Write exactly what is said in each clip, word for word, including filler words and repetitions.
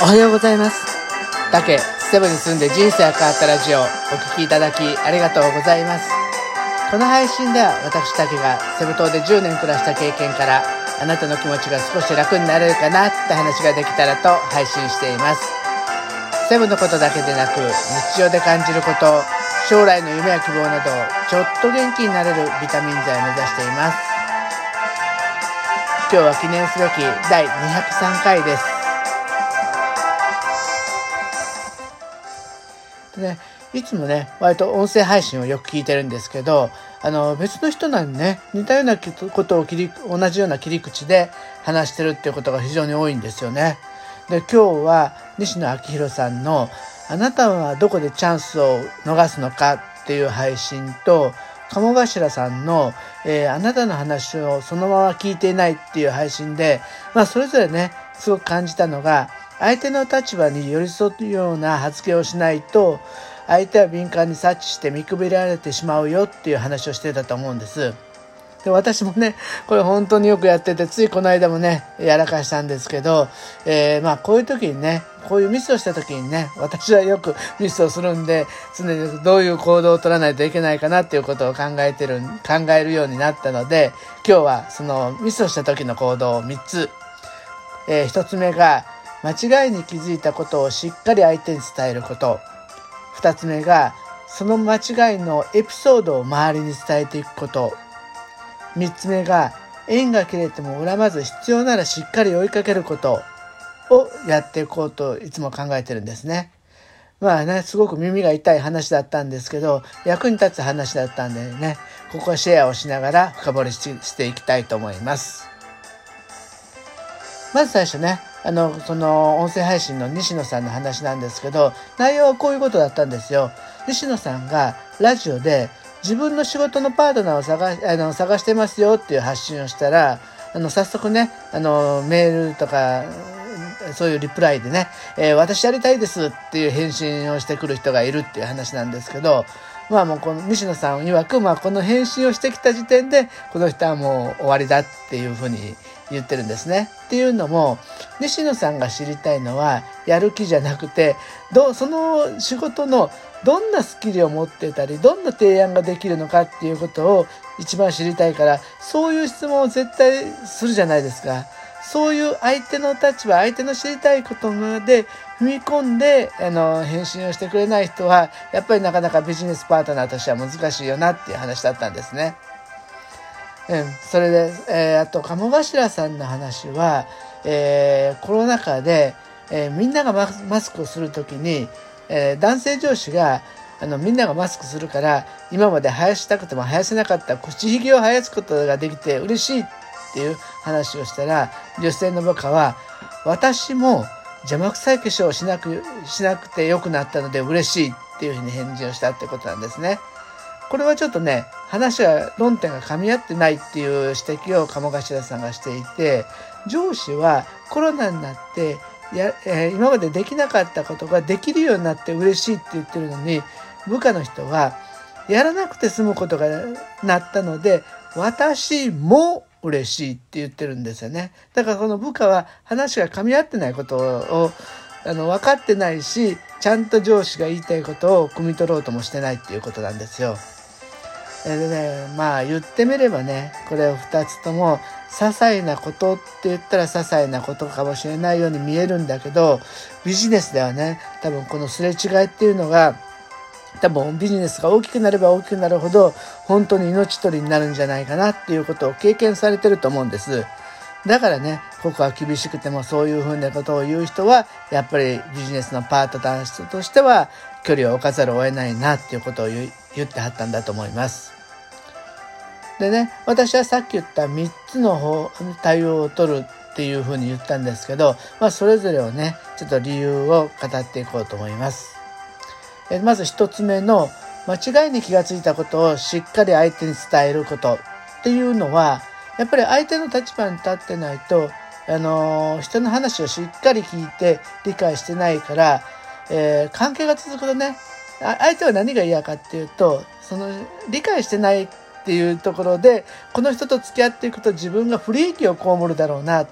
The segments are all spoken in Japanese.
おはようございます。タケ、セブに住んで人生が変わったラジオ、お聞きいただきありがとうございます。この配信では私タケがセブ島でじゅうねん暮らした経験から、あなたの気持ちが少し楽になれるかなって話ができたらと配信しています。セブのことだけでなく、日常で感じること、将来の夢や希望など、ちょっと元気になれるビタミン剤を目指しています。今日は記念すべきだいにひゃくさんかいです。でね、いつもね、割と音声配信をよく聞いてるんですけど、あの別の人なんでね、似たようなことを切り同じような切り口で話してるっていうことが非常に多いんですよね。で、今日は西野昭弘さんのあなたはどこでチャンスを逃すのかっていう配信と、鴨頭さんの、えー、あなたの話をそのまま聞いていないっていう配信で、まあそれぞれね、すごく感じたのが、相手の立場に寄り添うような発言をしないと、相手は敏感に察知して見くびられてしまうよっていう話をしてたと思うんです。で、私もね、これ本当によくやってて、ついこの間もね、やらかしたんですけど、えー、まあこういう時にね、こういうミスをした時にね、私はよくミスをするんで、常にどういう行動を取らないといけないかなっていうことを考えてる、考えるようになったので、今日はそのミスをした時の行動をみっつ。えー、ひとつめが、間違いに気づいたことをしっかり相手に伝えること。二つ目が、その間違いのエピソードを周りに伝えていくこと。三つ目が、縁が切れても恨まず必要ならしっかり追いかけることをやっていこうといつも考えてるんですね。まあね、すごく耳が痛い話だったんですけど、役に立つ話だったんでね、ここはシェアをしながら深掘りし、していきたいと思います。まず最初ね、あの、その音声配信の西野さんの話なんですけど、内容はこういうことだったんですよ。西野さんがラジオで自分の仕事のパートナーを探、あの、探してますよっていう発信をしたら、あの、早速ね、あの、メールとか、そういうリプライでね、えー、私やりたいですっていう返信をしてくる人がいるっていう話なんですけど、まあもうこの西野さん曰く、まあこの返信をしてきた時点で、この人はもう終わりだっていうふうに言ってるんですね。っていうのも、西野さんが知りたいのはやる気じゃなくて、どその仕事のどんなスキルを持ってたり、どんな提案ができるのかっていうことを一番知りたいから、そういう質問を絶対するじゃないですか。そういう相手の立場、相手の知りたいことまで踏み込んで、あの、返信をしてくれない人は、やっぱりなかなかビジネスパートナーとしては難しいよなっていう話だったんですね。うん、それで、えー、あと、鴨頭さんの話は、えー、コロナ禍で、えー、みんながママスクをするときに、えー、男性上司が、あの、みんながマスクするから、今まで生やしたくても生やせなかった口ひげを生やすことができて嬉しいっていう話をしたら、女性の部下は、私も邪魔くさい化粧をしなく、しなくてよくなったので嬉しいっていうふうに返事をしたってことなんですね。これはちょっとね、話が、論点が噛み合ってないっていう指摘を鴨頭さんがしていて、上司はコロナになってや、えー、今までできなかったことができるようになって嬉しいって言ってるのに、部下の人はやらなくて済むことがなったので、私も嬉しいって言ってるんですよね。だからこの部下は話が噛み合ってないことをあの分かってないし、ちゃんと上司が言いたいことを汲み取ろうともしてないっていうことなんですよ。でね、まあ言ってみればね、これを二つとも些細なことって言ったら些細なことかもしれないように見えるんだけど、ビジネスではね、多分このすれ違いっていうのが、多分ビジネスが大きくなれば大きくなるほど本当に命取りになるんじゃないかなっていうことを経験されてると思うんです。だからね、ここは厳しくてもそういうふうなことを言う人はやっぱりビジネスのパートナーとしては距離を置かざるを得ないなっていうことを言言ってはったんだと思います。でね、私はさっき言ったみっつの方対応を取るっていうふうに言ったんですけど、まあそれぞれをね、ちょっと理由を語っていこうと思います。えまず一つ目の、間違いに気がついたことをしっかり相手に伝えることっていうのは、やっぱり相手の立場に立ってないと、あのー、人の話をしっかり聞いて理解してないから、えー、関係が続くとね、相手は何が嫌かっていうと、その理解してないっていうところで、この人と付き合っていくと自分が不利益を被るだろうなっ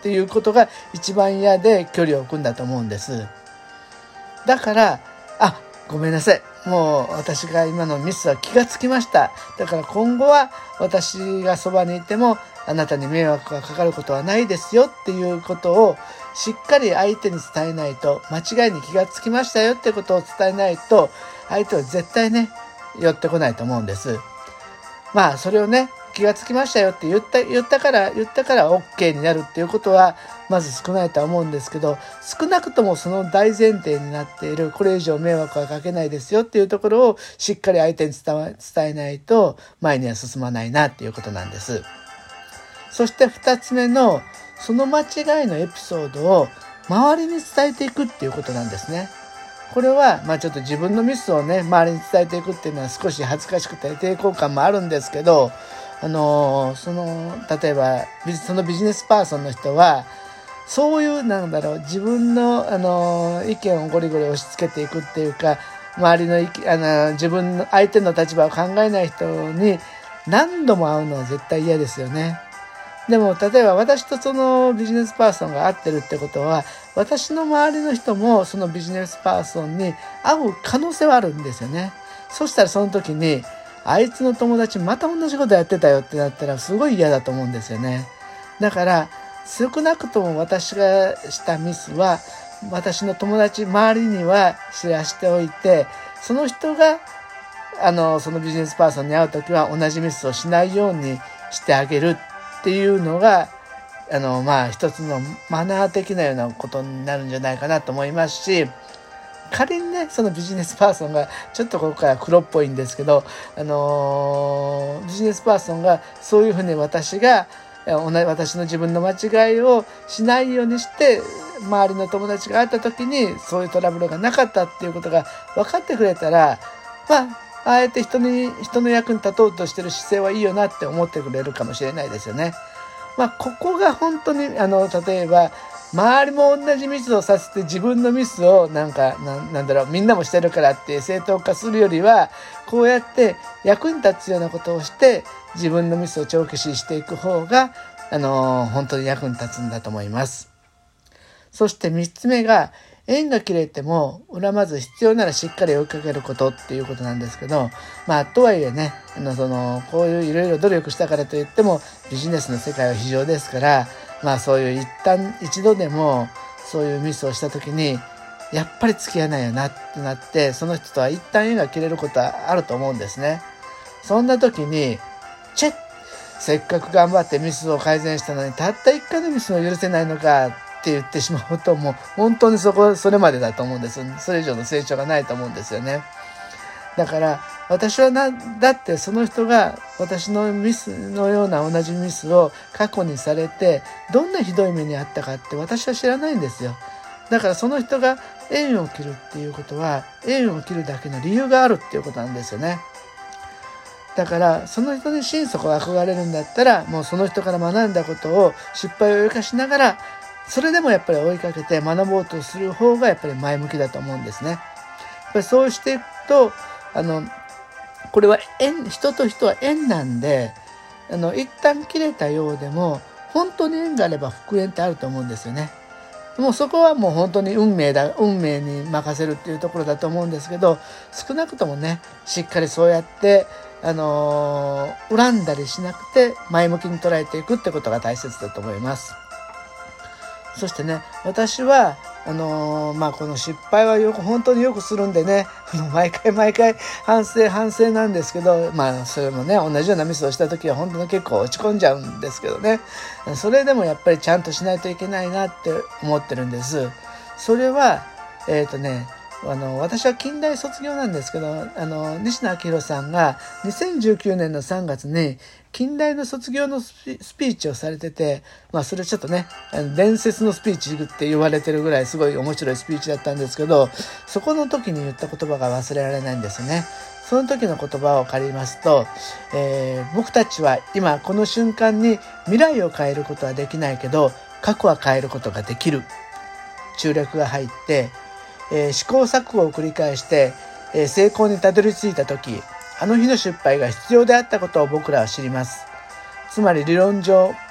っていうことが一番嫌で距離を置くんだと思うんです。だからあごめんなさい、もう私が今のミスは気がつきました。だから今後は私がそばにいてもあなたに迷惑がかかることはないですよっていうことをしっかり相手に伝えないと、間違いに気がつきましたよってことを伝えないと相手は絶対ね寄ってこないと思うんです。まあそれをね気がつきましたよって言った言ったから言ったから OK になるっていうことはまず少ないとは思うんですけど、少なくともその大前提になっているこれ以上迷惑はかけないですよっていうところをしっかり相手に伝え、伝えないと前には進まないなっていうことなんです。そしてふたつめのその間違いのエピソードを周りに伝えていくっていうことなんですね。これはまあちょっと自分のミスをね周りに伝えていくっていうのは少し恥ずかしくて抵抗感もあるんですけど、あのー、その例えばそのビジネスパーソンの人はそういうなんだろう自分の、あのー、意見をゴリゴリ押し付けていくっていうか、周りの意見、あのー、自分の相手の立場を考えない人に何度も会うのは絶対嫌ですよね。でも例えば私とそのビジネスパーソンが会ってるってことは、私の周りの人もそのビジネスパーソンに会う可能性はあるんですよね。そしたらその時にあいつの友達また同じことやってたよってなったらすごい嫌だと思うんですよね。だから少なくとも私がしたミスは私の友達周りには知らしておいて、その人があのそのビジネスパーソンに会う時は同じミスをしないようにしてあげるっていうのがあのまあ一つのマナー的なようなことになるんじゃないかなと思いますし、仮にねそのビジネスパーソンがちょっとここから黒っぽいんですけど、あのー、ビジネスパーソンがそういうふうに私が私の自分の間違いをしないようにして周りの友達が会った時にそういうトラブルがなかったっていうことが分かってくれたら、まああえて人に人の役に立とうとしてる姿勢はいいよなって思ってくれるかもしれないですよね。まあここが本当にあの例えば周りも同じミスをさせて自分のミスをなんか な, なんだろうみんなもしてるからって正当化するよりは、こうやって役に立つようなことをして自分のミスを帳消ししていく方があの本当に役に立つんだと思います。そしてみっつめが縁が切れても恨まず必要ならしっかり追いかけることっていうことなんですけど、まあとはいえねあのそのこういういろいろ努力したからといってもビジネスの世界は非常ですから、まあそういう一旦一度でもそういうミスをした時にやっぱり付き合えないよなってなって、その人とは一旦縁が切れることはあると思うんですね。そんな時にチェッせっかく頑張ってミスを改善したのにたった一回のミスを許せないのかって言ってしまうと、もう本当にそこそれまでだと思うんです。それ以上の成長がないと思うんですよね。だから私はなだってその人が私のミスのような同じミスを過去にされてどんなひどい目にあったかって私は知らないんですよ。だからその人が縁を切るっていうことは縁を切るだけの理由があるっていうことなんですよね。だからその人に心底憧れるんだったら、もうその人から学んだことを失敗を生かしながらそれでもやっぱり追いかけて学ぼうとする方がやっぱり前向きだと思うんですね。やっぱりそうしていくとあのこれは縁、人と人は縁なんで、あの一旦切れたようでも本当に縁があれば復縁ってあると思うんですよね。もうそこはもう本当に運命だ運命に任せるっていうところだと思うんですけど、少なくともねしっかりそうやってあのー、恨んだりしなくて前向きに捉えていくってことが大切だと思います。そしてね私はあのー、まあこの失敗はよく本当によくするんでね毎回毎回反省反省なんですけど、まあそれもね同じようなミスをした時は本当に結構落ち込んじゃうんですけどね、それでもやっぱりちゃんとしないといけないなって思ってるんです。それはえっとねあの私は近代卒業なんですけど、あの西野昭弘さんがにせんじゅうきゅうねんのさんがつに近代の卒業のスピ、スピーチをされてて、まあそれちょっとね伝説のスピーチって言われてるぐらいすごい面白いスピーチだったんですけど、そこの時に言った言葉が忘れられないんですよね。その時の言葉を借りますと、えー、僕たちは今この瞬間に未来を変えることはできないけど過去は変えることができる中略が入って、えー、試行錯誤を繰り返して、えー、成功にたどり着いた時、あの日の失敗が必要であったことを僕らは知ります。つまり理論上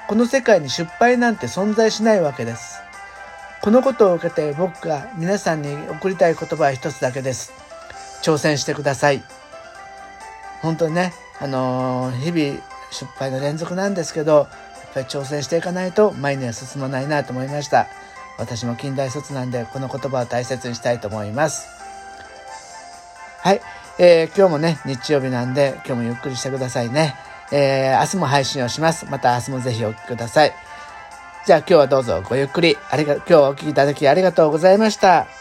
この世界に失敗なんて存在しないわけです。このことを受けて僕が皆さんに送りたい言葉は一つだけです。挑戦してください。本当にね、あのー、日々失敗の連続なんですけど、やっぱり挑戦していかないと前には進まないなと思いました。私も近代卒なんで、この言葉を大切にしたいと思います。はい、えー、今日もね、日曜日なんで、今日もゆっくりしてくださいね。えー、明日も配信をします。また明日もぜひお聞きください。じゃあ今日はどうぞごゆっくり。ありが、今日はお聞きいただきありがとうございました。